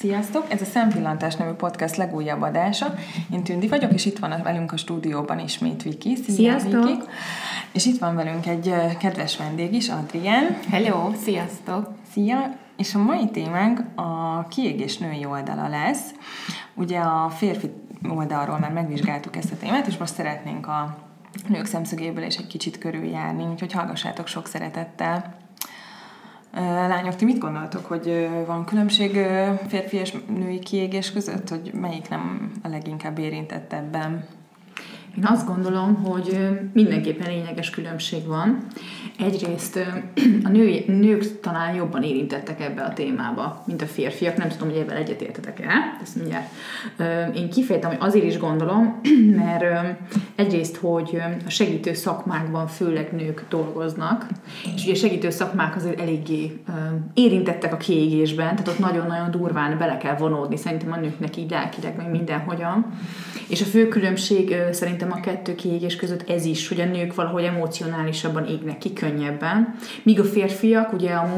Sziasztok! Ez a Szempillantás nevű podcast legújabb adása. Én Tündi vagyok, és itt van velünk a stúdióban ismét Viki. Sziasztok! Viki. És itt van velünk egy kedves vendég is, Adrián. Hello! Sziasztok! Szia! És a mai témánk a kiégés női oldala lesz. Ugye a férfi oldalról már megvizsgáltuk ezt a témát, és most szeretnénk a nők szemszögéből is egy kicsit körüljárni, úgyhogy hallgassátok sok szeretettel. Lányok, ti mit gondoltok, hogy van különbség férfi és női kiégés között, hogy melyik nem a leginkább érintett ebben? Én azt gondolom, hogy mindenképpen lényeges különbség van. Egyrészt a nők talán jobban érintettek ebbe a témába, mint a férfiak. Nem tudom, hogy ebben egyetértetek el. Ezt mindjárt. Én kifejtem, hogy azért is gondolom, mert egyrészt, hogy a segítő szakmákban főleg nők dolgoznak, és ugye a segítő szakmák azért eléggé érintettek a kiégésben, tehát ott nagyon-nagyon durván bele kell vonódni, szerintem a nőknek így lelkileg, meg mindenhogyan. És a fő különbség szerintem a kettő kiégés között ez is, hogy a nők valahogy emocionálisabban égnek ki könnyebben, míg a férfiak ugye a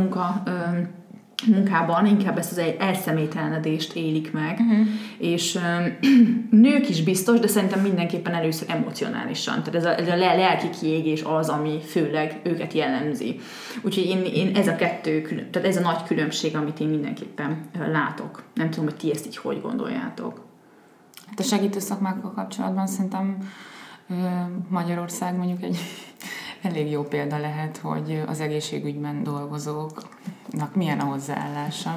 munkában inkább ezt az elszemélytelenedést élik meg, és nők is biztos, de szerintem mindenképpen először emocionálisan. Tehát ez a lelki kiégés az, ami főleg őket jellemzi. Úgyhogy én ez a kettő, tehát ez a nagy különbség, amit én mindenképpen látok. Nem tudom, hogy ti ezt így hogy gondoljátok. Hát a segítő szakmákkal kapcsolatban szerintem Magyarország mondjuk egy elég jó példa lehet, hogy az egészségügyben dolgozóknak milyen a hozzáállása.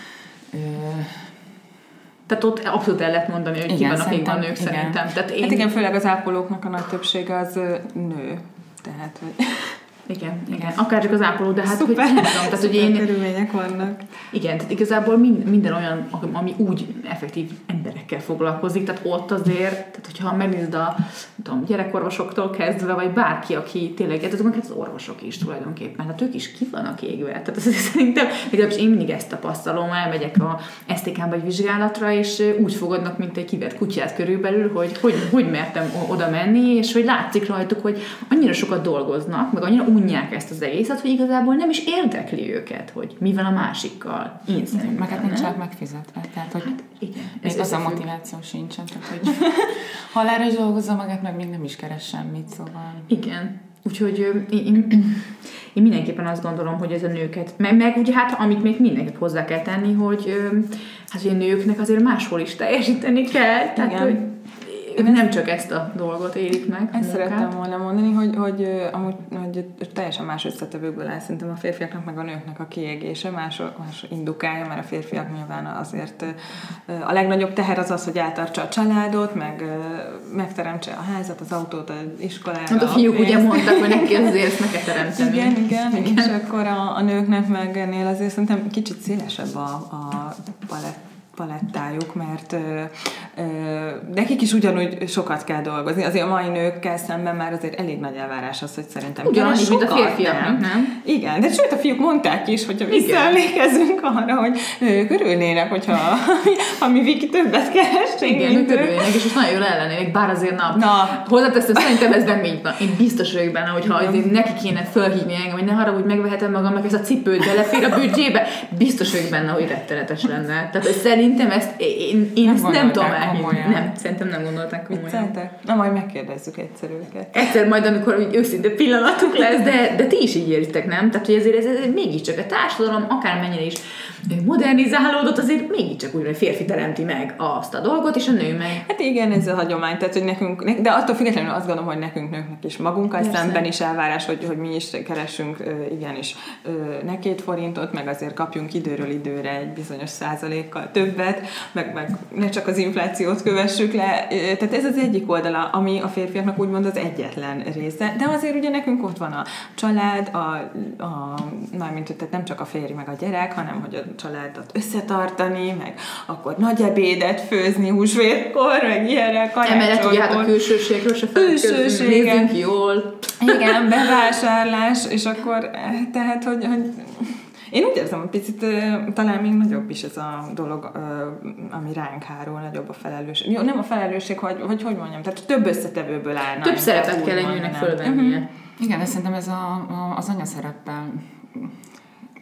Tehát ott abszolút el lehet mondani, hogy ki vannak a nők szerintem. Tehát hát igen, főleg az ápolóknak a nagy többsége az nő. Tehát, hogy... Igen. Akár csak az ápoló, de hát szuper, hogy nem tudom, tehát hogy körülmények vannak. Igen, tehát igazából minden olyan, ami úgy effektív emberekkel foglalkozik, tehát ott azért, tehát hogyha megnézed a gyerekorvosoktól kezdve, vagy bárki, aki tényleg, tehát az orvosok is tulajdonképpen, hát ők is ki vannak égve. Tehát szerintem, legalábbis én mindig ezt tapasztalom, elmegyek a STK-ba egy vizsgálatra, és úgy fogadnak, mint egy kivert kutyát körülbelül, hogy mertem oda menni, és hogy látszik rajtuk, hogy annyira sokat dolgoznak, meg annyira unják ezt az egészet, hogy igazából nem is érdekli őket, hogy mi van a másikkal. Én szerintem. Meg hát nincsenek megfizetve. Tehát, hogy hát igen. Még az a motiváció sincsen. Tehát, hogy halára is dolgozza magát, meg még nem is keres semmit, szóval... Igen. Úgyhogy én mindenképpen azt gondolom, hogy ez a nőket, meg ugye hát amit még mindenképp hozzá kell tenni, hogy hát a nőknek azért máshol is teljesíteni kell. Tehát, hogy nem csak ezt a dolgot élik meg. Ezt szerettem volna mondani, hogy amúgy teljesen más összetevőkből áll szerintem a férfiaknak meg a nőknek a kiégése, más indukálja, mert a férfiak nyilván azért a legnagyobb teher az, hogy átartsa a családot, meg megteremtse a házat, az autót, az iskolát. Hát a fiúk ugye mondtak, hogy neki azért ezt meg kell teremteni. Igen. És akkor a nőknek meg ennél azért szerintem kicsit szélesebb a palettájuk, mert nekik is ugyanúgy sokat kell dolgozni. Azért a mai nőkkel szemben már azért elég nagy elvárás az, hogy szerintem ugyanannyi, mint a férfiak, nem? Igen, de sőt a fiúk mondták is, hogyha visszaemlékezünk arra, hogy ők örülnének, hogyha mi Viki többet keresnénk. Igen, ők örülnének, és most nagyon jól ellennének, bár azért hozzáteszem, szerintem ez nem így van. Én biztos vagyok benne, hogyha neki kéne fölhívni engem, hogy ne haragudj, megvehetem magamnak ezt a cipőt, de lefér a büdzsébe, biztos vagyok benne, hogy rettenetes lenne. Tehát szerintem ezt én ezt nem tudom elhívni. Nem, szerintem nem gondolták komolyan. Na, majd megkérdezzük egyszer őket. Egyszer majd, amikor úgy őszinte pillanatuk lesz, de ti is így érzitek, nem? Tehát, hogy ezért ez mégiscsak a társadalom, akármennyire is modernizálódott, azért mégiscsak úgy, hogy férfi teremti meg azt a dolgot, és a nő meg. Hát igen, ez a hagyomány, tehát, hogy nekünk, de attól függetlenül azt gondolom, hogy nekünk nőknek is magunkkal szemben is elvárás, hogy mi is keresünk igenis ne 2 forintot, meg azért kapjunk időről időre egy bizonyos százalékkal többet, meg ne csak az inflációt kövessük le. Tehát ez az egyik oldala, ami a férfiaknak úgymond az egyetlen része. De azért ugye nekünk ott van a család, mármint tehát nem csak a férj meg a gyerek, hanem hogy a családot összetartani, meg akkor nagy ebédet főzni húsvétkor, meg ilyenek, karácsonykor. Emellett ugye hát a külsőségről se felközünk jól. Igen, bevásárlás, és akkor tehát, hogy én úgy érzem, hogy picit talán még nagyobb is ez a dolog, ami ránk hárul, nagyobb a felelősség. Jó, nem a felelősség, hogy mondjam, tehát több összetevőből állna. Több szerepet kell egy nőnek fölvennie. Igen, de szerintem ez az anyaszereppel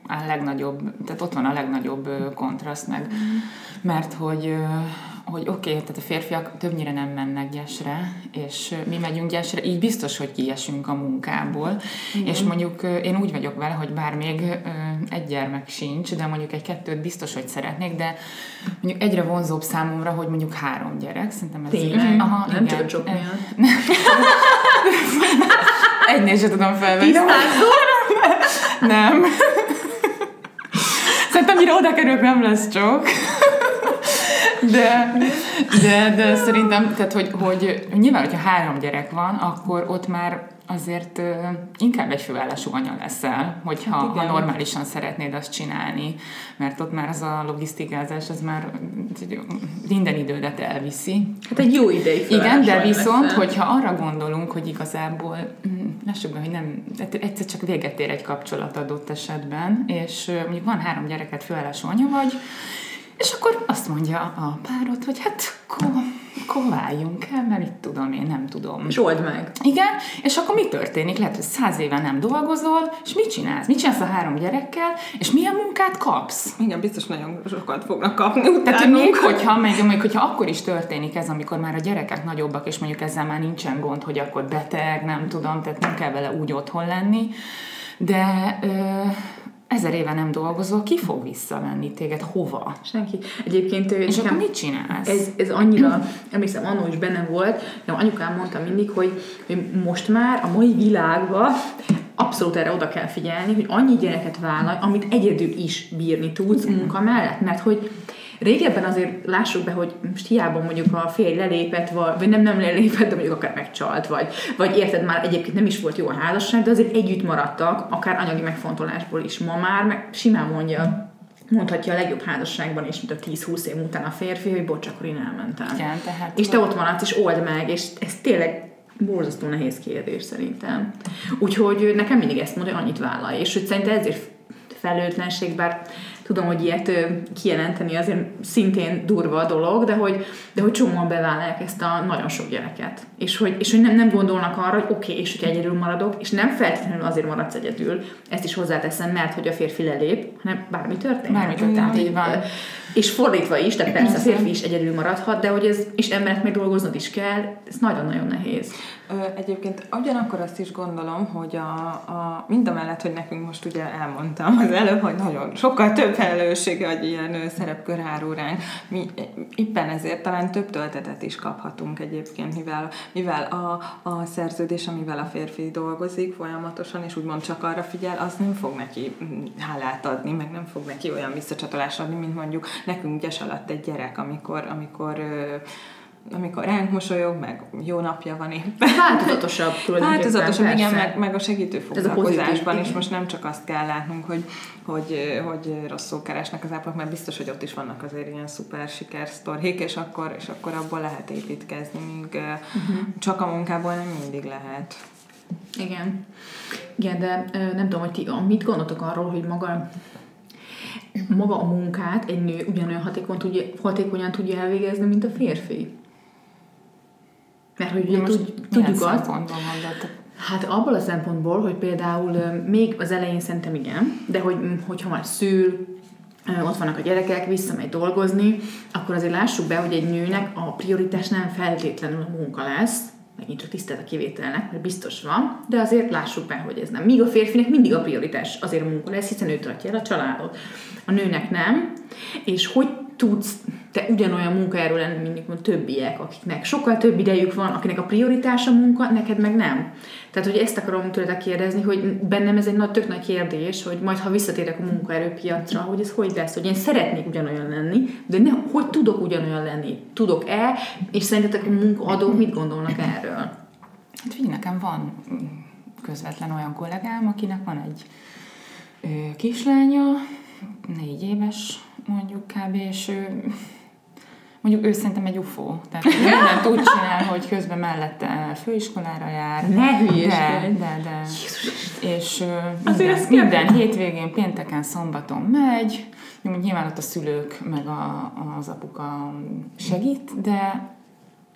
a legnagyobb, tehát ott van a legnagyobb kontraszt meg, mert hogy oké, tehát a férfiak többnyire nem mennek gyesre, és mi megyünk gyesre, így biztos, hogy kiesünk a munkából, és mondjuk én úgy vagyok vele, hogy bár még egy gyermek sincs, de mondjuk egy-kettőt biztos, hogy szeretnék, de mondjuk egyre vonzóbb számomra, hogy mondjuk 3 gyerek, szerintem ez tényleg? így. Aha, nem igen. csak sok miatt. Egynél sem tudom felvenni. Nem. Szerintem mire oda kerülök, nem lesz csak. De szerintem, tehát, hogy nyilván, hogyha 3 gyerek van, akkor ott már azért inkább egy főállású anya leszel, hogyha normálisan szeretnéd azt csinálni, mert ott már az a logisztikázás, az már minden idődet elviszi. Hát egy jó ideig igen, de viszont, leszel. Hogyha arra gondolunk, hogy igazából lássuk be, hogy nem, egyszer csak véget ér egy kapcsolat adott esetben, és mondjuk van 3 gyereket, főállású anya vagy, és akkor azt mondja a párod, hogy hát akkor váljunk el, mert mit tudom én, nem tudom. És old meg. Igen, és akkor mi történik? Lehet, hogy 100 éve nem dolgozol, és mit csinálsz? Mit csinálsz a 3 gyerekkel, és milyen munkát kapsz? Igen, biztos nagyon sokat fognak kapni utánunk. Tehát még hogyha akkor is történik ez, amikor már a gyerekek nagyobbak, és mondjuk ezzel már nincsen gond, hogy akkor beteg, nem tudom, tehát nem kell vele úgy otthon lenni, de 1000 éve nem dolgozol, ki fog visszamenni téged? Hova? Senki. Egyébként és akkor mit csinálsz? Ez annyira, emlékszem, annó is bennem volt, de anyukám mondta mindig, hogy most már a mai világban abszolút erre oda kell figyelni, hogy annyi gyereket vállalj, amit egyedül is bírni tudsz munka mellett, mert hogy régebben azért lássuk be, hogy most hiába mondjuk a férj lelépett, vagy nem lelépett, de mondjuk akár megcsalt, vagy érted, már egyébként nem is volt jó a házasság, de azért együtt maradtak, akár anyagi megfontolásból is. Ma már meg simán mondhatja a legjobb házasságban is, mint a 10-20 év után a férfi, hogy bocs, akkor én elmentem. Igen, tehát és te ott maradsz, és old meg, és ez tényleg borzasztó nehéz kérdés szerintem. Úgyhogy nekem mindig ezt mondja, hogy annyit vállalj, és hogy szerintem ezért felelőtlenség, bár tudom, hogy ilyet kijelenteni azért szintén durva a dolog, de hogy csomóan bevállalják ezt a nagyon sok gyereket. És hogy nem gondolnak arra, hogy oké, és hogy egyedül maradok, és nem feltétlenül azért maradsz egyedül, ezt is hozzáteszem, mert hogy a férfi lelép, hanem bármi történik. Bármi történik, van. És fordítva is, tehát persze a férfi is egyedül maradhat, de hogy ez, és embert meg dolgoznod is kell, ez nagyon-nagyon nehéz. Egyébként ugyanakkor azt is gondolom, hogy mindamellett, hogy nekünk most ugye elmondtam az előbb, hogy nagyon sokkal több felelőssége, hogy ilyen szerepkör hárul ránk. Mi éppen ezért talán több töltetet is kaphatunk egyébként, mivel a szerződés, amivel a férfi dolgozik folyamatosan, és úgymond csak arra figyel, az nem fog neki hálát adni, meg nem fog neki olyan visszacsatolást adni, mint mondjuk nekünk gyes alatt egy gyerek, amikor ránk mosolyog, meg jó napja van éppen. Változatosabb tulajdonképpen. Változatosabb, igen, meg a segítő foglalkozásban is most nem csak azt kell látnunk, hogy rosszul keresnek az ápolók, mert biztos, hogy ott is vannak azért ilyen szuper sikersztorik, és akkor abból lehet építkezni, míg csak a munkából nem mindig lehet. Igen. Igen, de nem tudom, hogy ti mit gondoltok arról, hogy maga a munkát egy nő ugyanolyan hatékonyan tudja elvégezni, mint a férfi? Mert hogy ugye tudjuk azt, hát abból a szempontból, hogy például még az elején szerintem igen, de hogyha már szül, ott vannak a gyerekek, visszamegy dolgozni, akkor azért lássuk be, hogy egy nőnek a prioritás nem feltétlenül a munka lesz, megint csak tisztelt a kivételnek, mert biztos van, de azért lássuk be, hogy ez nem. Míg a férfinek mindig a prioritás azért a munka lesz, hiszen ő tartja el a családot. A nőnek nem, és hogy tudsz te ugyanolyan munkaerő lenni, mint a többiek, akiknek sokkal több idejük van, akinek a prioritás a munka, neked meg nem. Tehát, hogy ezt akarom tőletek kérdezni, hogy bennem ez egy tök nagy kérdés, hogy majd, ha visszatérek a munkaerőpiacra, hogy ez hogy lesz, hogy én szeretnék ugyanolyan lenni, de hogy tudok ugyanolyan lenni? Tudok-e? És szerintetek a munkaadók mit gondolnak erről? Hát figyelj, nekem van közvetlen olyan kollégám, akinek van egy kislánya, 4 éves, mondjuk kb. És mondjuk ő szerintem egy UFO. Tehát mindent úgy csinál, hogy közben mellette főiskolára jár. Ne hülyeskedj! De. És minden hétvégén, pénteken, szombaton megy. Nyilván ott a szülők meg az apuka segít, de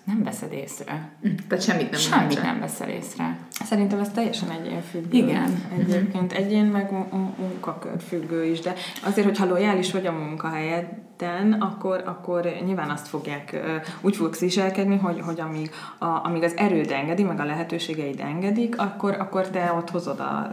nem veszed észre. Tehát semmit nem veszel észre. Szerintem ez teljesen egyénfüggő. Igen. Egyébként egyén meg munkakör függő is, de azért, hogyha lojális vagy a munkahelyeden, akkor nyilván azt úgy fogsz viselkedni, hogy amíg az erőd engedi, meg a lehetőségeid engedik, akkor te ott hozod a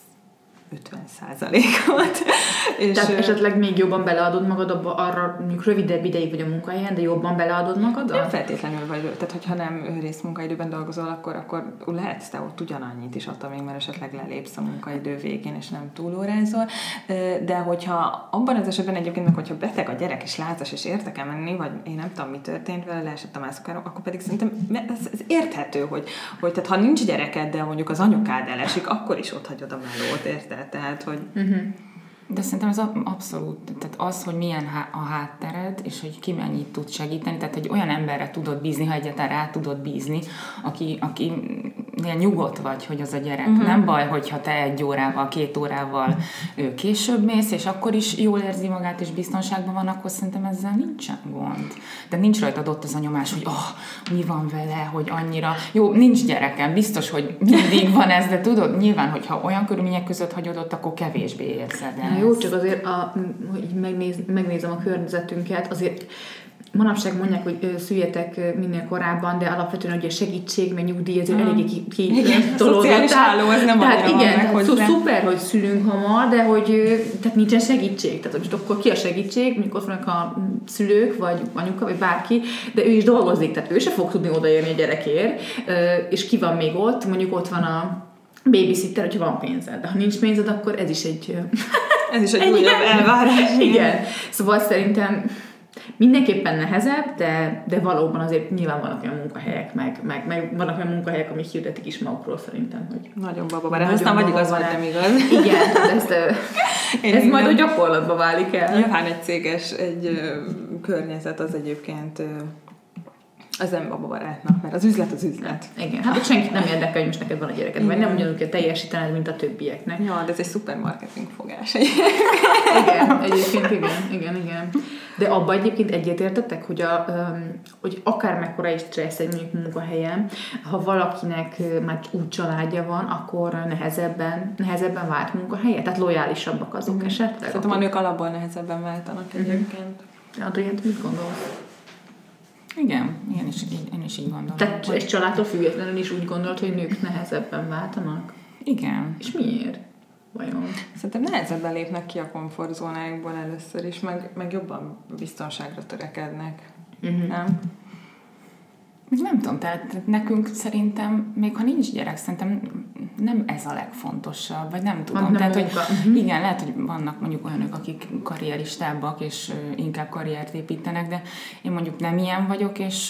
150%-ot. Tehát esetleg még jobban beleadod magad arra, mondjuk rövidebb ideig vagy a munkahelyen, de jobban beleadod magad? Nem feltétlenül vagy. Tehát, hogyha nem részmunkaidőben dolgozol, akkor lehetsz te ott ugyanannyit is attól még, mert esetleg lelépsz a munkaidő végén, és nem túlórázol. De hogyha abban az esetben egyébként, meg hogyha beteg a gyerek, és lázas, és érte kell menni, vagy én nem tudom, mi történt vele, leesett a mászokáról, akkor pedig szerintem ez érthető, hogy tehát ha nincs gyereked, de mondjuk az anyukád elesik, akkor is ott hagyod a melót, érted? Tehát, hogy... De szerintem ez abszolút, tehát az, hogy milyen a háttered, és hogy ki mennyit tud segíteni, tehát egy olyan emberre tudod bízni, ha egyáltalán rá tudod bízni, akinél nyugodt vagy, hogy az a gyerek. Nem baj, hogyha te 1 órával, 2 órával később mész, és akkor is jól érzi magát, és biztonságban van, akkor szerintem ezzel nincsen gond. De nincs rajtad ott az a nyomás, hogy mi van vele, hogy annyira... Jó, nincs gyerekem, biztos, hogy mindig van ez, de tudod, nyilván, hogyha olyan körülmények között hagyod ott, akkor kevésbé érzed el. Jó, csak azért, hogy megnézem a környezetünket, azért manapság mondják, hogy szüljetek minél korábban, de alapvetően ugye segítség, meg nyugdíj, ezért eléggé szociális háló, ez nem tehát igen, szuper, hogy szülünk hamar, de hogy tehát nincsen segítség. Tehát most akkor ki a segítség, mondjuk ott vannak a szülők, vagy anyuka, vagy bárki, de ő is dolgozik, tehát ő se fog tudni odaérni a gyerekért, és ki van még ott, mondjuk ott van a babysitter, hogyha van pénzed. De ha nincs pénzed, akkor ez is egy újabb elvárás. Igen. Szóval szerintem mindenképpen nehezebb, de valóban azért nyilván vannak olyan munkahelyek, meg vannak olyan munkahelyek, amik hirdetik is magukról szerintem, hogy... Nagyon bababár. Aztán vagy igaz, vagy nem igaz. Igen, ez majd a gyakorlatba válik el. Nyilván egy környezet az egyébként az nem bababarátnak, mert az üzlet az üzlet. Igen, hát ott senkit nem érdekel, hogy most neked van a gyereked, vagy nem ugyanúgy kell teljesítened, mint a többieknek. Ja, de ez egy szuper marketing fogás. Igen, egyébként igen. De abban egyébként egyetértettek, hogy akármekkora is stressz egy mondjuk munkahelyen, ha valakinek már úgy családja van, akkor nehezebben vált munkahelyet? Tehát lojálisabbak azok esetleg? Szerintem a nők alapból nehezebben váltanak egyébként. Adrián, mit gondolsz? Igen, én is így gondolom. Tehát egy családtól függetlenül is úgy gondolt, hogy nők nehezebben váltanak? Igen. És miért? Vajon? Szerintem nehezebben lépnek ki a komfortzónájukból először is, meg jobban biztonságra törekednek. Nem? Nem tudom, tehát nekünk szerintem, még ha nincs gyerek, szerintem nem ez a legfontosabb, vagy nem tudom. Tehát, hogy igen, lehet, hogy vannak mondjuk olyanok, akik karrieristábbak, és inkább karriert építenek, de én mondjuk nem ilyen vagyok, és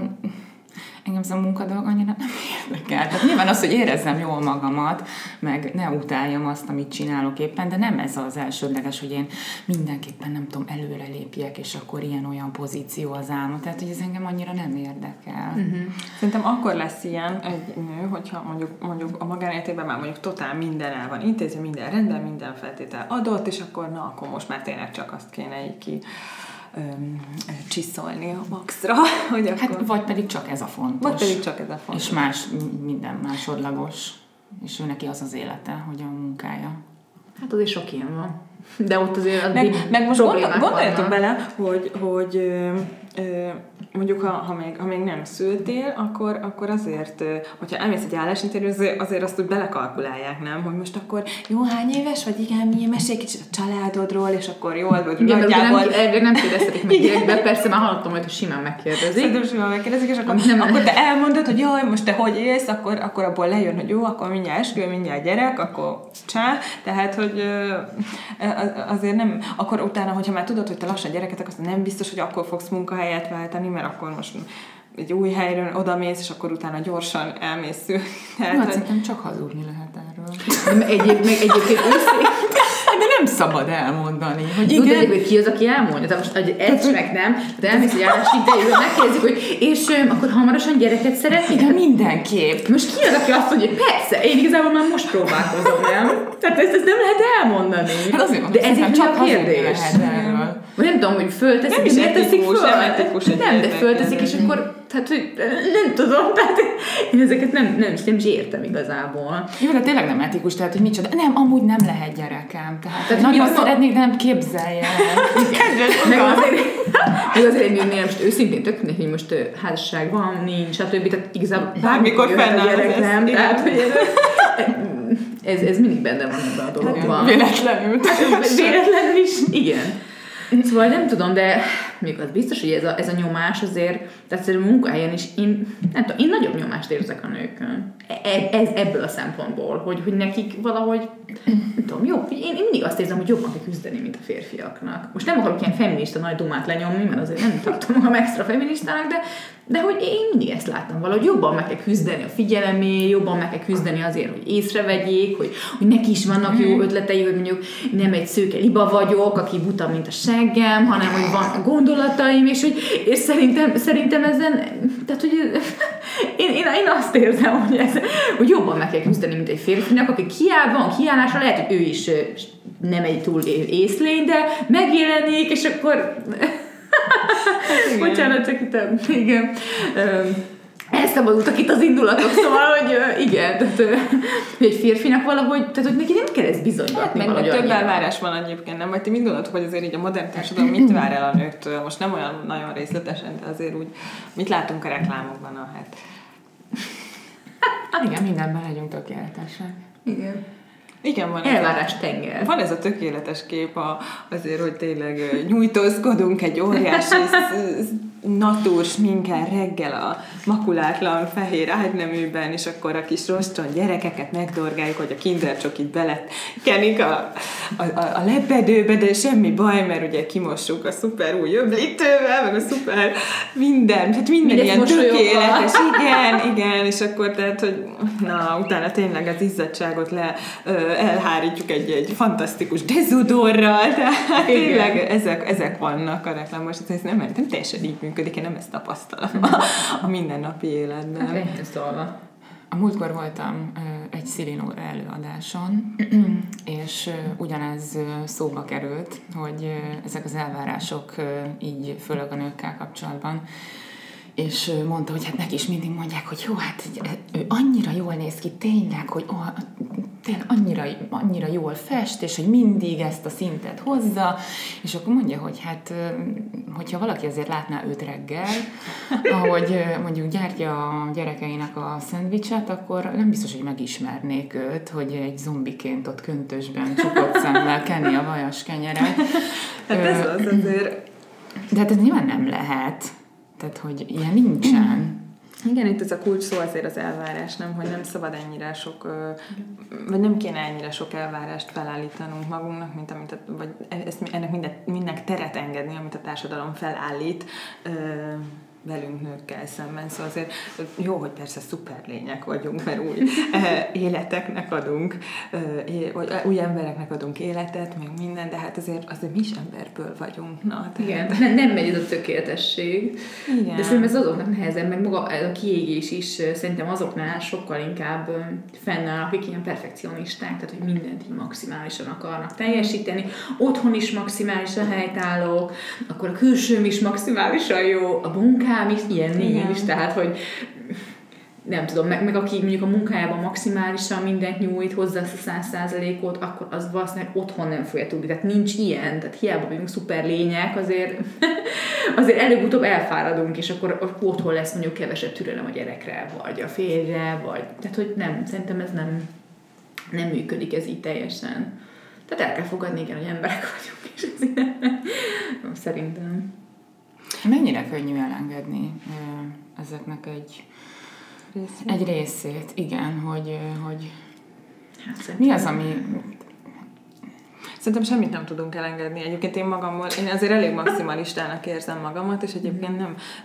engem ez a munkadolog annyira nem érdekel. Tehát nyilván az, hogy érezzem jól magamat, meg ne utáljam azt, amit csinálok éppen, de nem ez az elsődleges, hogy én mindenképpen nem tudom, előre lépjek, és akkor ilyen-olyan pozíció az álma. Tehát, hogy ez engem annyira nem érdekel. Szerintem akkor lesz ilyen egy nő, hogyha mondjuk a magánéletében már mondjuk totál minden el van intézve, minden rendben, minden feltétel adott, és akkor most már tényleg csak azt kéne így ki csiszolni a maxra, hogy akkor... Hát, vagy pedig csak ez a fontos. És minden másodlagos. És ő neki az az élete, hogy a munkája. Hát azért sok ilyen van. De ott azért meg most gondoljatok bele, hogy mondjuk, ha még nem szültél, akkor azért, hogyha elmész egy állásinterjúra, azért azt úgy belekalkulálják, nem? Hogy most akkor jó, hány éves vagy? Igen, mesélj kicsit a családodról, és akkor jól vagy nagyjából. Erre nem kérdeztetik meg direktbe, persze már hallottam, hogy simán megkérdezik. Szerintem simán megkérdezik, és akkor te elmondod, hogy jaj, most te hogy élsz, akkor abból lejön, hogy jó, akkor mindjárt esküvő, mindjárt gyerek, akkor csá. Tehát, hogy azért nem, akkor utána, hogyha már tudod, hogy te lassan gyereket akarsz, nem biztos, hogy akkor fogsz munkahelyet váltani, mert akkor most egy új helyről odamész, és akkor utána gyorsan elmész szülni. Hát szerintem csak hazudni lehet erről. Egyébként de nem szabad elmondani. Hogy igen. Tudod, ki az, aki elmondja? Tehát most egy meg nem, de elmész egy állásinterjúra, megkérdezik, hogy és akkor hamarosan gyereket szeretnél? De mindenképp. Most ki az, aki azt mondja, hogy persze, én igazából már most próbálkozom, nem? Tehát ezt nem lehet elmondani. Hát azért, de ez csak a kérdés. Vagy nem tudom, hogy fölteszik, és miért teszik föl? Nem, de fölteszik, és akkor tehát, hogy nem tudom, tehát én ezeket nem is értem igazából. Jó, de tényleg nem etikus, tehát, hogy micsoda. Nem, amúgy nem lehet gyerekem. Tehát nagyon szeretnék, de nem képzelje. Meg azért egy nőnél most őszintén tök mindegy, hogy most házasság van, nincs, stb. Tehát igazából bármikor fennáll a gyerek, nem? Tehát, hogy ez mindig benne van ebben a dologban. Hát, véletlenül. Véletlenül is, igen. Szóval nem tudom, de még az biztos, hogy ez a nyomás azért, tehát a munkahelyen is én nagyobb nyomást érzek a nőkön. Ebből a szempontból, hogy nekik valahogy, nem tudom, jó, én mindig azt érzem, hogy jobban kell küzdeni, mint a férfiaknak. Most nem akarok ilyen feminista nagy dumát lenyomni, mert azért nem tartom magam extra feministának, de hogy én mindig ezt láttam valahogy jobban meg kell küzdeni a figyelemé, jobban meg kell küzdeni azért, hogy észrevegyék, hogy neki is vannak jó ötletei, hogy mondjuk nem egy szőke liba vagyok, aki buta, mint a seggem, hanem hogy van gondolataim, és szerintem ezen, tehát hogy én azt érzem, hogy jobban meg kell küzdeni, mint egy férfinak, aki van kiállásra, lehet, hogy ő is nem egy túl észlény, de megjelenik, és akkor bocsánat, csak itt igen. Elszabadultak itt az indulatok, szóval, hogy igen, tehát, hogy egy férfinak valahogy, tehát, hogy neki nem kell ezt bizonygatni. Hát, meg több elvárás van egyébként, nem? Vagy ti mit gondoltok, hogy azért így a modern társadalom mit vár el a nőktől? Most nem olyan nagyon részletesen, de azért úgy, mit látunk a reklámokban, hát. Igen, mindenben legyünk tökéletesek. Igen. Igen, van elvárás tenger. Van ez a tökéletes kép azért, hogy tényleg nyújtózkodunk egy óriási natúr sminken reggel a makulátlan fehér ágyneműben, és akkor a kis roston gyerekeket megdorgáljuk, hogy a Kinder csokit belekenik a lepedőbe, de semmi baj, mert ugye kimossuk a szuper új öblítővel, meg a szuper minden, hát minden ilyen tökéletes, igen, és akkor tehát, hogy na, utána tényleg az izzadságot elhárítjuk egy fantasztikus dezodorral, tehát tényleg ezek vannak a reklámban, és ez nem teljesen így működik, én nem ezt tapasztalom a mindennapi életben. Hát szólva. A múltkor voltam egy Szilinóra előadáson, és ugyanez szóba került, hogy ezek az elvárások így főleg a nőkkel kapcsolatban, és mondta, hogy hát neki is mindig mondják, hogy jó, hát ő annyira jól néz ki, tényleg, hogy tényleg annyira jól fest, és hogy mindig ezt a szintet hozza, és akkor mondja, hogy hát, hogyha valaki azért látná őt reggel, ahogy mondjuk gyártja a gyerekeinek a szendvicset, akkor nem biztos, hogy megismernék őt, hogy egy zombiként ott köntösben csukott szemmel kenni a vajas kenyeret. Hát ez az azért. De hát ez nyilván nem lehet. Tehát, hogy ilyen nincsen. Igen, itt ez a kulcs szó azért az elvárás, nem, hogy nem szabad ennyire sok, vagy nem kéne ennyire sok elvárást felállítanunk magunknak, mint amit, vagy ennek mindnek teret engedni, amit a társadalom felállít velünk nőkkel szemben. Szóval azért jó, hogy persze szuper lények vagyunk, mert új életeknek adunk, új embereknek adunk életet, meg minden, de hát azért mi is emberből vagyunk. Na, igen, nem megy ez a tökéletesség. Igen. De szerintem ez azoknak nehezebb, meg maga a kiégés is szerintem azoknál sokkal inkább fennáll, akik ilyen perfekcionisták, tehát hogy mindent így maximálisan akarnak teljesíteni. Otthon is maximálisan helytállók, akkor a külsőm is maximálisan jó, a munkám is ilyen nincs, tehát hogy nem tudom, meg aki mondjuk a munkájában maximálisan mindent nyújt, hozzá azt a 100%-ot, akkor az valószínűleg otthon nem fogja tudni. Tehát nincs ilyen, tehát hiába vagyunk szuper lények, azért előbb-utóbb elfáradunk, és akkor otthon lesz mondjuk kevesebb türelem a gyerekre, vagy a férjre, vagy tehát hogy nem, szerintem ez nem működik ez így teljesen. Tehát el kell fogadni, igen, hogy emberek vagyunk, és ez szerintem. Mennyire könnyű elengedni ezeknek egy részét, igen, hogy hát, mi az, ami... Szerintem semmit nem tudunk elengedni. Egyébként én azért elég maximalistának érzem magamat, és egyébként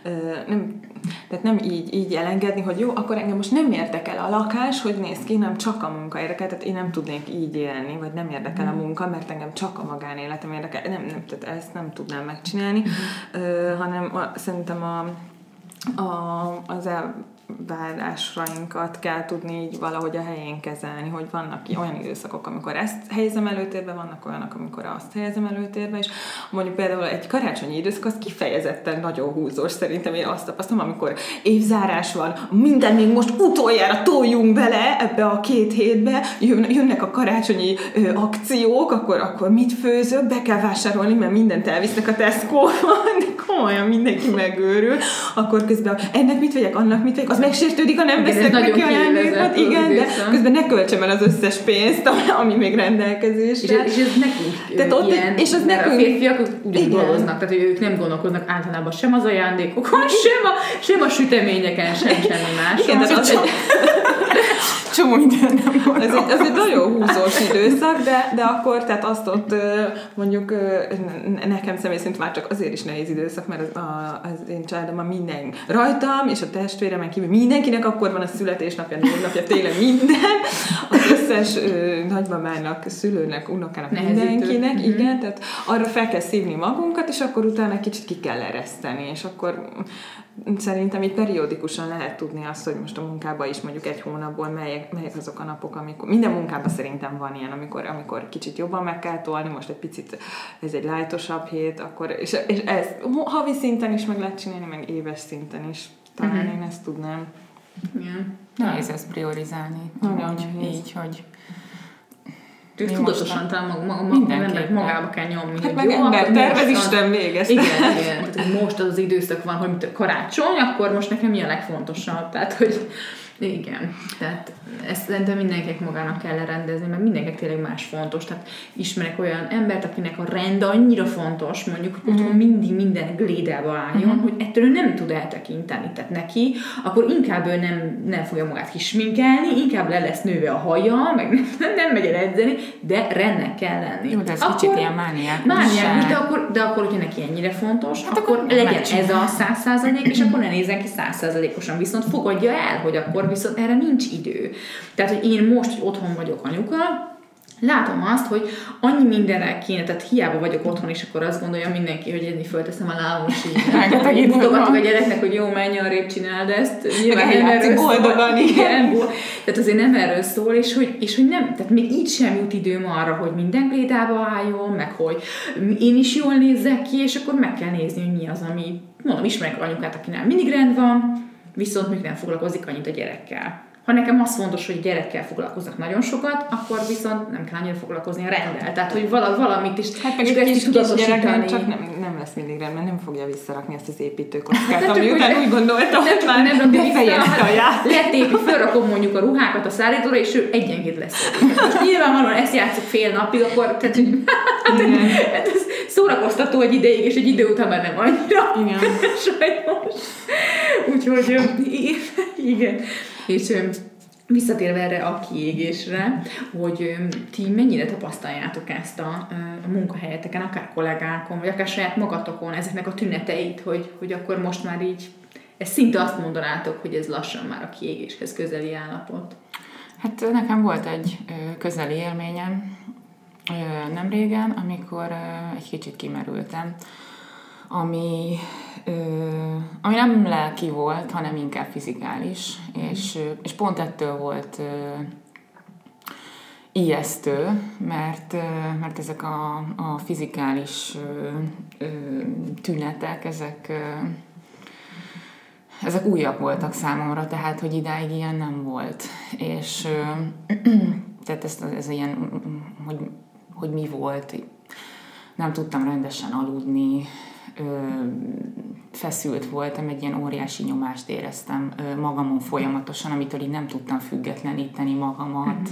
tehát nem így elengedni, hogy jó, akkor engem most nem érdekel a lakás, hogy néz ki, nem csak a munka érdekel, tehát én nem tudnék így élni, vagy nem érdekel a munka, mert engem csak a magánéletem érdekel. Tehát ezt nem tudnám megcsinálni, hanem szerintem várásainkat kell tudni így valahogy a helyén kezelni, hogy vannak olyan időszakok, amikor ezt helyezem előtérbe, vannak olyanok, amikor azt helyezem előtérbe, és mondjuk például egy karácsonyi időszak az kifejezetten nagyon húzós, szerintem én azt tapasztalom, amikor évzárás van, minden még most utoljára toljunk bele ebbe a 2 hétbe, jönnek a karácsonyi akciók, akkor mit főzök, be kell vásárolni, mert mindent elvisznek a Tesco-ban, de komolyan mindenki megőrül, akkor közben ennek mit vegyek, annak mit vegyek, az megsértődik, ha nem veszek neki ajándékot, igen, de közben ne költsem el az összes pénzt, ami még rendelkezésre. És ez nekünk ilyen, és az nekünk, a férfiak úgy dolgoznak, tehát ők nem gondolkoznak általában sem az ajándékokon, sem a süteményeken, sem semmi más. Igen, de az csomó minden nem volt. Ez egy nagyon húzós időszak, de akkor, tehát azt ott mondjuk nekem személy szerint már csak azért is nehéz időszak, mert az én családomban minden rajtam, és a testvéremen kívül mindenkinek akkor van a születésnapja, névnapja, tényleg minden. Az összes nagymamának, szülőnek, unokának, mindenkinek, igen, tehát arra fel kell szívni magunkat, és akkor utána kicsit ki kell ereszteni, és akkor szerintem itt periódikusan lehet tudni azt, hogy most a munkában is mondjuk egy hónapból melyek azok a napok, amikor minden munkában szerintem van ilyen, amikor kicsit jobban meg kell tolni, most egy picit ez egy lightosabb hét, akkor, és ez havi szinten is meg lehet csinálni, meg éves szinten is. Talán én ezt tudnám. Igen. Nehéz ezt priorizálni. Nagyon így, hogy tudatosan talán magába kell nyomni. Hát meg ember tervez, Isten végez. Igen. Tehát most az időszak van, hogy mint a karácsony, akkor most nekem mi a legfontosabb. Tehát, hogy igen. Tehát ezt szerintem mindenkinek magának kell lerendezni, mert mindenkinek tényleg más fontos. Tehát ismerek olyan embert, akinek a rend annyira fontos, mondjuk, hogy otthon mindig minden glédába álljon, hogy ettől ő nem tud eltekinteni. Tehát neki, akkor inkább ő nem fogja magát kisminkelni, inkább le lesz nőve a haja, meg nem megy el edzeni, de rendnek kell lenni. Jó, de ez akkor, kicsit ilyen mániák. De akkor, hogyha neki ennyire fontos, hát akkor legyen ez a 100%, és akkor ne nézzen ki 100%-osan, viszont fogadja el, hogy akkor viszont erre nincs idő. Tehát, hogy én most, hogy otthon vagyok anyuka, látom azt, hogy annyi mindenre kéne, tehát hiába vagyok otthon, és akkor azt gondolja mindenki, hogy én fölteszem a lábam, és így mutogatok a gyereknek, hogy jó, menj arrébb, csinálod ezt. Nyilván nem erről boldogan, igen. Tehát azért nem erről szól, és hogy nem, tehát még így sem jut időm arra, hogy minden glédába álljon, meg hogy én is jól nézzek ki, és akkor meg kell nézni, hogy mi az, ami, mondom, ismerek anyukát, akinál mindig rend van, viszont még nem foglalkozik annyit a gyerekkel. Ha nekem az fontos, hogy gyerekkel foglalkoznak nagyon sokat, akkor viszont nem kell annyira foglalkozni a renddel. Tehát, hogy valamit is, hát meg egy kis gyereknek csak nem lesz mindig rendben, nem fogja visszarakni ezt az építőkockát, ami után úgy gondoltam, hogy már nem befejezte a játék. Letépi, felrakom mondjuk a ruhákat a szállítóra, és ő egyenként lesz. Most nyilvánvalóan ezt játszik fél napig, akkor tehát, hogy hát ez szórakoztató egy ideig, és egy idő után már nem annyira. Igen. Sajnos. Úgyhogy igen. És visszatérve erre a kiégésre, hogy ti mennyire tapasztaljátok ezt a munkahelyeteken, akár kollégákon, vagy akár saját magatokon ezeknek a tüneteit, hogy akkor most már így, ez szinte azt mondanátok, hogy ez lassan már a kiégéshez közeli állapot. Hát nekem volt egy közeli élményem nem régen, amikor egy kicsit kimerültem, ami nem lelki volt, hanem inkább fizikális, és pont ettől volt ijesztő, mert ezek a fizikális tünetek, ezek újak voltak számomra, tehát, hogy idáig ilyen nem volt. És tehát ez ilyen, hogy mi volt, nem tudtam rendesen aludni, feszült voltam, egy ilyen óriási nyomást éreztem magamon folyamatosan, amitől így nem tudtam függetleníteni magamat.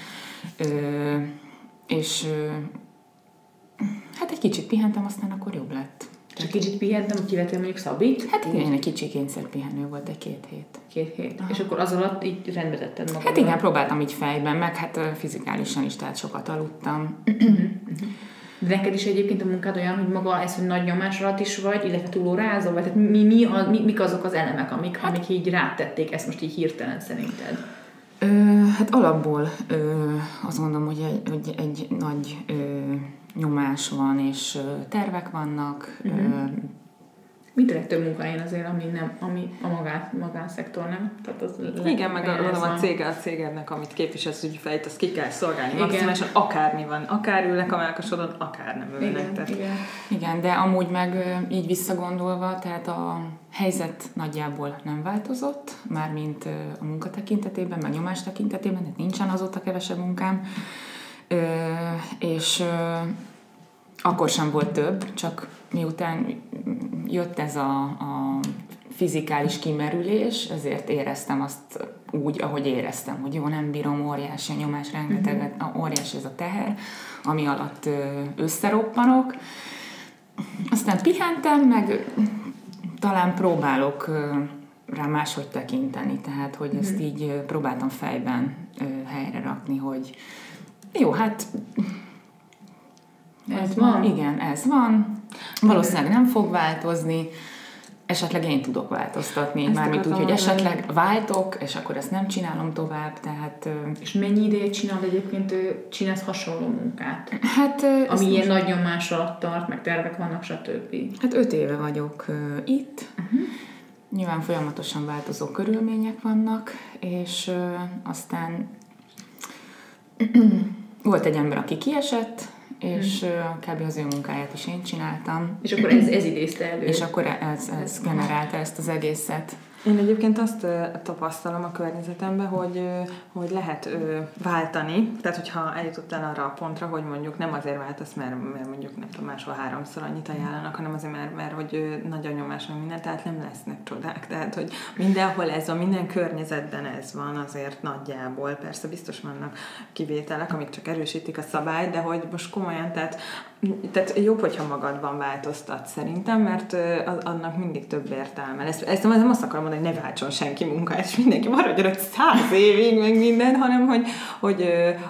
És hát egy kicsit pihentem, aztán akkor jobb lett. Csak kicsit pihentem, hogy kivettem mondjuk Szabit? Hát igen, egy kicsi kényszerpihenő volt, egy 2 hét. 2 hét. És akkor az alatt így rendbe tetted magad? Hát igen, próbáltam így fejben, meg hát fizikálisan is, tehát sokat aludtam. De neked is egyébként a munkád olyan, hogy maga ez, hogy nagy nyomás alatt is vagy, illetve túlórázol, vagy tehát mik azok az elemek, amik így rátették ezt most így hirtelen szerinted? Hát alapból azt mondom, hogy egy nagy nyomás van, és tervek vannak, Mint a legtöbb munkahelyen azért, ami a magánszektor, nem? Tehát az igen, meg a cégednek, amit képviselsz ügyfeleit, azt ki kell szolgálni maximálisan, akármi van. Akár ülnek a mellkasodon, akár nem ülnek. Igen, de amúgy meg így visszagondolva, tehát a helyzet nagyjából nem változott, mármint a munka tekintetében, meg nyomás tekintetében, tehát nincsen azóta kevesebb munkám, és akkor sem volt több, csak miután jött ez a fizikális kimerülés, ezért éreztem azt úgy, ahogy éreztem, hogy jó, nem bírom, óriási a nyomás, rengeteg, óriási ez a teher, ami alatt összeroppanok. Aztán pihentem, meg talán próbálok rá máshogy tekinteni, tehát, hogy ezt így próbáltam fejben helyre rakni, hogy jó, hát ez van. Igen, ez van. Valószínűleg nem fog változni, esetleg én tudok változtatni, mármint úgy, hogy esetleg váltok, és akkor ezt nem csinálom tovább, tehát... És mennyi ideje csinál egyébként, csinálsz hasonló munkát? Hát... Ami ilyen nagy nyomás alatt tart, meg tervek vannak, stb. Hát 5 éve vagyok itt. Nyilván folyamatosan változó körülmények vannak, és aztán volt egy ember, aki kiesett, és kb. Az ő munkáját is én csináltam. És akkor ez idézte elő. És akkor ez generálta ezt az egészet. Én egyébként azt tapasztalom a környezetemben, hogy lehet váltani, tehát hogyha eljutottál arra a pontra, hogy mondjuk nem azért váltasz, mert mondjuk nem tudom, máshol 3-szor annyit ajánlanak, hanem azért, mert hogy nagy a nyomás, meg minden, tehát nem lesznek csodák. Tehát, hogy mindenhol ez van, minden környezetben ez van azért nagyjából. Persze biztos vannak kivételek, amik csak erősítik a szabályt, de hogy most komolyan, tehát jobb, hogyha magadban változtat szerintem, mert annak mindig több értelme lesz. Ezt nem azt akarom mondani, hogy ne váltson senki munkát, és mindenki maradjon 100 évig, meg minden, hanem hogy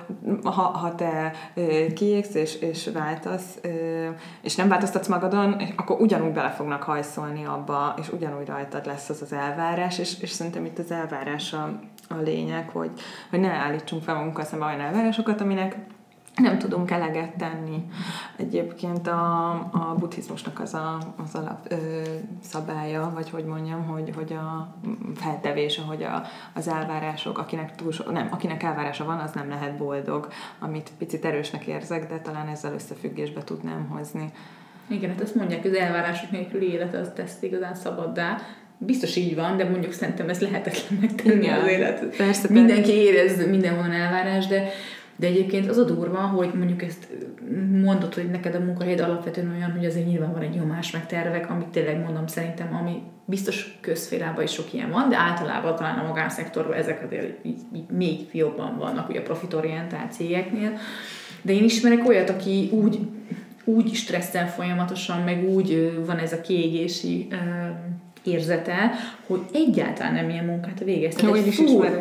ha te kiégsz és váltasz, és nem változtatsz magadon, akkor ugyanúgy bele fognak hajszolni abba, és ugyanúgy rajtad lesz az elvárás, és szerintem itt az elvárás a lényeg, hogy ne állítsunk fel magunkkal szemben olyan elvárásokat, aminek nem tudunk eleget tenni. Egyébként a buddhizmusnak az alap szabálya, vagy hogy mondjam, hogy a feltevés, hogy az elvárások, akinek elvárása van, az nem lehet boldog, amit picit erősnek érzek, de talán ezzel összefüggésbe tudnám hozni. Igen, hát azt mondják, hogy az elvárások nélküli élet az tesz igazán szabaddá. Biztos így van, de mondjuk szerintem ez lehetetlennek tenni az élet. Persze, mindenki érez mindenhol elvárás, de egyébként az a durva, hogy mondjuk ezt mondod, hogy neked a munkahelyed alapvetően olyan, hogy azért nyilván van egy nyomás, meg tervek, amit tényleg mondom szerintem, ami biztos közszférában is sok ilyen van, de általában talán a magánszektorban ezek azért még jobban vannak, ugye a profitorientált cégeknél. De én ismerek olyat, aki úgy stresszel folyamatosan, meg úgy van ez a kiégési érzete, hogy egyáltalán nem ilyen munkát végez. Jó, én is ismerek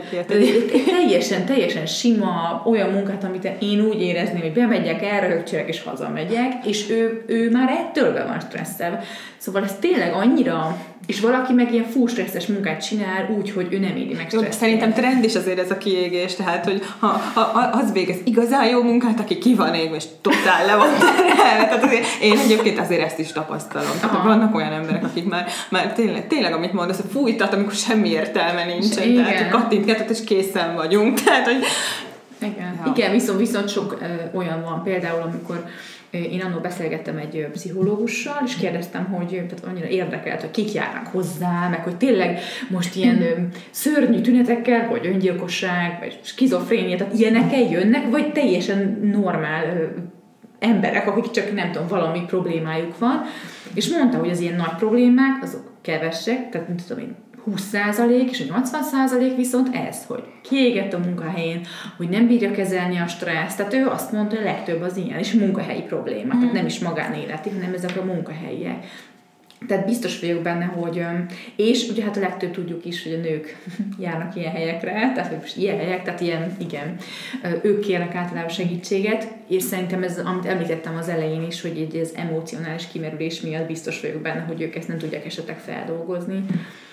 ilyet. Teljesen sima, olyan munkát, amit én úgy érezném, hogy bemegyek, elröhögcsölök és hazamegyek, és ő már ettől be van stresszelve. Szóval ez tényleg annyira, és valaki meg ilyen full stresszes munkát csinál úgy, hogy ő nem éri meg stresszel. Szerintem trend is azért ez a kiégés, tehát, hogy ha az végez igazán jó munkát, aki ki van égve, és totál le van terhelve. Tehát azért, én egyébként azért ezt is tapasztalom. Tehát vannak olyan emberek, akik már tényleg amit mondasz, hogy fújtat, amikor semmi értelme nincsen. Igen. Tehát, hogy kattintgatott, és készen vagyunk. Tehát, hogy... Igen, viszont sok olyan van, például amikor én annól beszélgettem egy pszichológussal, és kérdeztem, hogy tehát annyira érdekelt, hogy kik járnak hozzá, meg hogy tényleg most ilyen szörnyű tünetekkel, vagy öngyilkosság, vagy skizofrénia, tehát ilyenekkel jönnek, vagy teljesen normál emberek, akik csak nem tudom, valami problémájuk van, és mondta, hogy az ilyen nagy problémák, azok kevesek, tehát nem tudom én, 20% és a 80% viszont ez, hogy kiégett a munkahelyén, hogy nem bírja kezelni a stresszt, tehát ő azt mondta, hogy a legtöbb az ilyen, és munkahelyi probléma, tehát nem is magánéleti, hanem ezek a munkahelyiek. Tehát biztos vagyok benne, hogy, és ugye hát a legtöbb tudjuk is, hogy a nők járnak ilyen helyekre, tehát hogy most ilyen helyek, tehát ilyen, igen, ők kérnek általában segítséget, és szerintem ez, amit említettem az elején is, hogy egy ez emocionális kimerülés miatt biztos vagyok benne, hogy ők ezt nem tudják esetleg feldolgozni.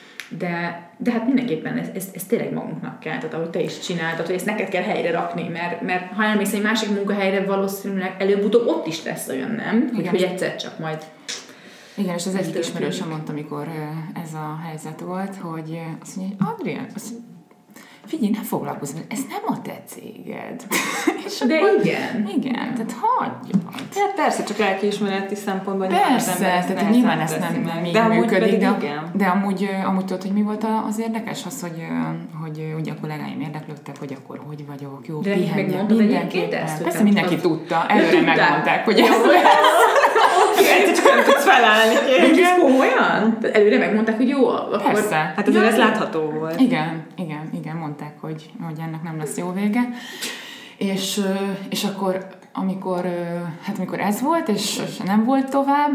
De hát mindenképpen ez tényleg magunknak kell, tehát ahogy te is csináltad, hogy ezt neked kell helyre rakni, mert ha elmész egy másik munkahelyre, valószínűleg előbb-utóbb ott is lesz olyan, nem? Hogy egyszer csak majd... Igen, és az egyik ismerősöm mondta, amikor ez a helyzet volt, hogy azt mondja, hogy Adrián, figyelj, ne foglalkozz, ez nem a te céged. De igen. Igen, tehát hagyjad. Hát persze, csak lelkiismereti szempontból persze, tehát nyilván ezt nem így működik, de amúgy tudod, hogy mi volt az érdekes? Az, hogy ugye a kollégáim érdeklődtek, hogy akkor hogy vagyok, jó, pihenjek, mindenképpen. Persze mindenki tudta, előre megmondták, hogy ez lesz. Csak nem tudsz felállni. Ez komolyan? Előre megmondták, hogy jó, akkor... Persze. Hát azért ez látható volt. Igen, mondták, hogy ennek nem lesz jó vége. És akkor, amikor ez volt, és nem volt tovább,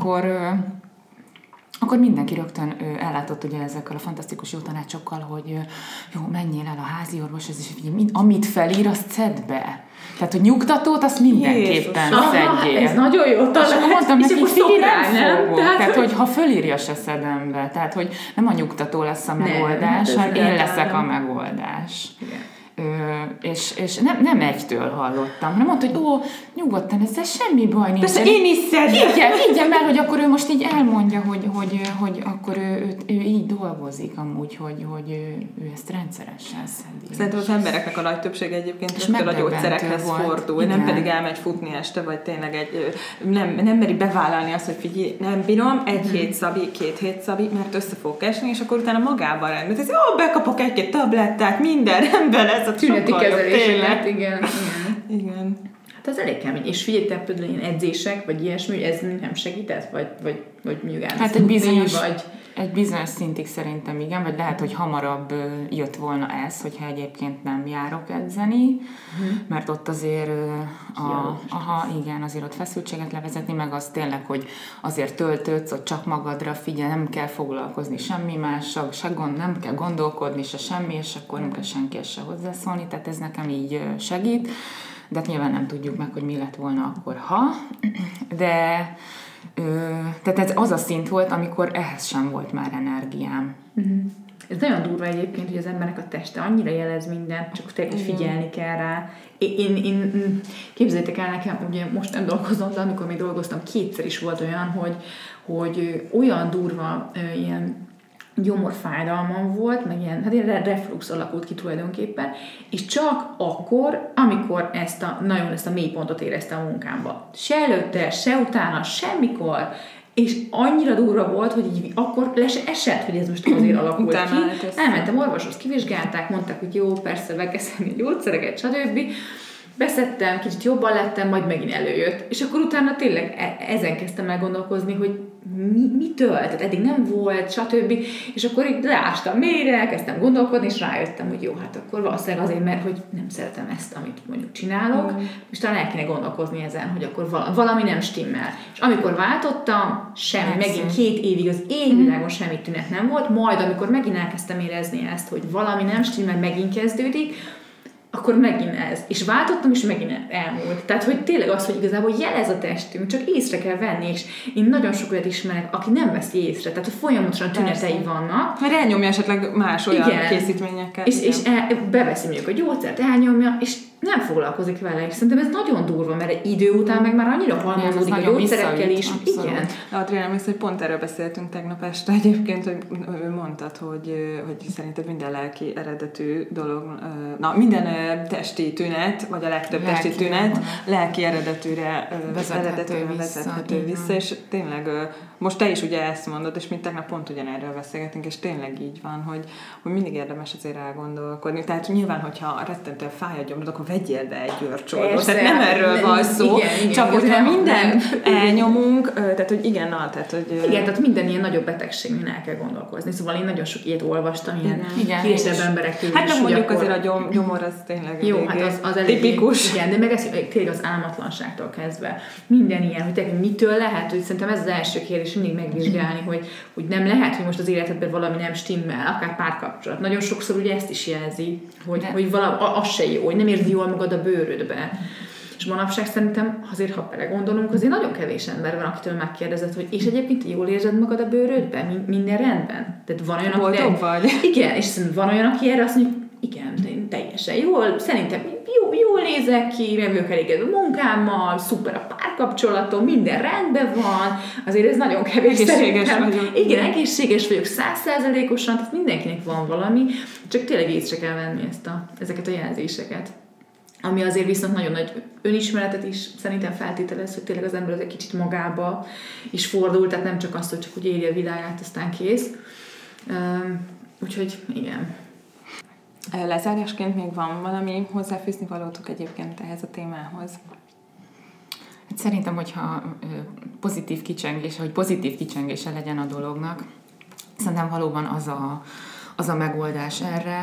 akkor mindenki rögtön ellátott ugye ezekkel a fantasztikus jó tanácsokkal, hogy jó, menjél el a házi orvoshoz, és amit felír, azt szedd be. Tehát, hogy nyugtatót, azt mindenképpen szedjél. Ez nagyon jó tanács. És akkor mondtam neki, figyelj, nem fogok. Tehát, hogy ha fölírja, se szedem be. Tehát, hogy nem a nyugtató lesz a megoldás, hanem én leszek a megoldás. Igen. És nem egytől hallottam, hanem mondta, hogy nyugodtan, ezzel semmi baj nincs. Persze én is szedem. Higgyem el, hogy akkor ő most így elmondja, hogy akkor ő így dolgozik amúgy, hogy ő ezt rendszeresen szedi. Szerintem az embereknek a nagy többsége egyébként rögtön a gyógyszerekhez fordul, nem pedig elmegy futni este, vagy tényleg nem meri bevállalni azt, hogy figyelj, nem bírom, 1 hét Szabi, 2 hét Szabi, mert össze fog esni, és akkor utána magában rendben. Bekapok 1-2 tablettát, minden rendben lesz. Tüneti kezeléseket, igen. Hát az elég kemény. És figyelj, te például ilyen edzések, vagy ilyesmi, ez nem segített? Vagy mondjuk hát egy bizonyos szintig szerintem igen, vagy lehet, hogy hamarabb jött volna ez, hogyha egyébként nem járok edzeni, mert ott azért azért ott feszültséget levezetni, meg az tényleg, hogy azért töltődsz, hogy csak magadra figyelj, nem kell foglalkozni semmi mással, nem kell gondolkodni se semmi, és akkor nem kell senkihez se hozzászólni, tehát ez nekem így segít, de hát nyilván nem tudjuk meg, hogy mi lett volna akkor, tehát ez az a szint volt, amikor ehhez sem volt már energiám. Ez nagyon durva egyébként, hogy az embernek a teste annyira jelez mindent, csak tényleg figyelni kell rá. Én képzeljétek el nekem, ugye most nem dolgozom, de amikor még dolgoztam, 2-szer is volt olyan, hogy olyan durva ilyen gyomorfájdalmam volt, meg ilyen reflux alakult ki tulajdonképpen, és csak akkor, amikor ezt a mélypontot érezte a munkámba. Se előtte, se utána, semmikor, és annyira durva volt, hogy így akkor le se esett, hogy ez most azért alakult ki. Elmentem orvoshoz, kivizsgálták, mondták, hogy jó, persze be kell szedni a gyógyszereket, stb. Beszedtem, kicsit jobban lettem, majd megint előjött. És akkor utána tényleg ezen kezdtem el gondolkozni, hogy mitől? Tehát eddig nem volt, stb. És akkor így leástam mélyre, elkezdtem gondolkodni, és rájöttem, hogy jó, hát akkor valószínűleg azért, mert hogy nem szeretem ezt, amit mondjuk csinálok, és talán el kéne gondolkozni ezen, hogy akkor valami nem stimmel. És amikor váltottam, semmi, megint 2 évig az égvilágon semmi tünet nem volt, majd amikor megint elkezdtem érezni ezt, hogy valami nem stimmel, megint kezdődik, akkor megint ez. És váltottam, és megint elmúlt. Tehát, hogy tényleg az, hogy igazából jelez a testünk, csak észre kell venni, és én nagyon sok olyat ismerek, aki nem veszi észre, tehát folyamatosan tünetei vannak. Mert elnyomja esetleg más olyan készítményekkel. És beveszi mondjuk a gyógyszert, elnyomja, és nem foglalkozik vele, és szerintem ez nagyon durva, mert egy idő után meg már annyira halmozódik a gyógyszerekkel is. Igen. Adrián, emlékszem, hogy pont erről beszéltünk tegnap este egyébként, hogy mondtad, hogy szerinted minden lelki eredetű dolog, minden testi tünet, vagy a legtöbb testi tünet lelki eredetűre vezethető vissza, és tényleg most te is ugye ezt mondod, és mi tegnap pont ugyanerről beszélgetünk, és tényleg így van, hogy mindig érdemes azért elgondolkodni. Tehát nyilván, hogyha rettentően fáj a gyomrod, akkor vegyél be egy györcsoldót. Tehát nem erről van szó, igen, csak hogyha minden elnyomunk, tehát hogy igen, tehát minden ilyen nagyobb betegségnél el kell gondolkozni. Szóval én nagyon sok ilyet olvastam, ilyen híresebb emberektől is. Hát nem mondjuk azért a gyomor az tényleg jó, hát az tipikus. Igen, de meg ez tényleg az álmatlanságtól kezdve. Minden ilyen, hogy tényleg mitől lehet, hogy szerintem ez az első kérdés mindig megvizsgálni, hogy nem lehet, hogy most az életedben valami nem stimmel, akár párkapcsolat. Nagyon sokszor ugye ezt is jelzi, hogy valami, az se jó, hogy nem érzi jól magad a bőrödbe. És manapság szerintem, azért ha belegondolunk, azért nagyon kevés ember van, akitől megkérdezed, hogy és egyébként jól érzed magad a bőrödben? Minden rendben? Tehát van olyan, boldog vagy? Igen, és szerintem van olyan, aki erre azt mondja, igen, én teljesen jól, szerintem jól nézek ki, meg vagyok elégedve a munkámmal, szuper a párkapcsolatom, minden rendben van, azért ez nagyon kevés egészséges vagyok. Igen, egészséges vagyok 100%-osan, tehát mindenkinek van valami, csak tényleg észre kell venni ezeket a jelzéseket. Ami azért viszont nagyon nagy önismeretet is szerintem feltételez, hogy tényleg az ember az egy kicsit magába is fordul, tehát nem csak azt, hogy csak úgy éli a világát, aztán kész. Úgyhogy igen. Lezárásként még van valami hozzáfűzni valótok egyébként ehhez a témához? Hát szerintem, hogyha pozitív kicsengése legyen a dolognak, szerintem valóban az a megoldás erre,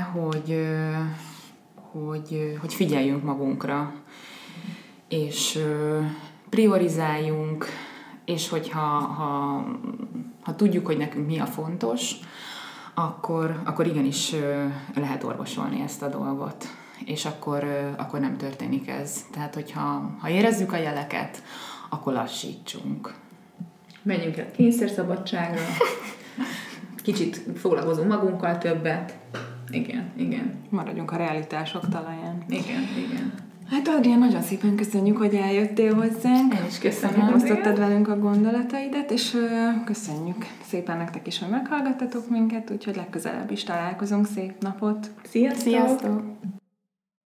hogy figyeljünk magunkra, és priorizáljunk, és hogyha ha tudjuk, hogy nekünk mi a fontos, akkor igenis lehet orvosolni ezt a dolgot, és akkor nem történik ez. Tehát, hogyha érezzük a jeleket, akkor lassítsunk. Menjünk el kényszerszabadságra, kicsit foglalkozunk magunkkal többet. Igen. Maradjunk a realitások talaján. Igen. Hát Adrián, nagyon szépen köszönjük, hogy eljöttél hozzánk. Én is köszönöm. Megosztottad velünk a gondolataidat, és köszönjük szépen nektek is, hogy meghallgattatok minket, úgyhogy legközelebb is találkozunk. Szép napot! Sziasztok! Sziasztok!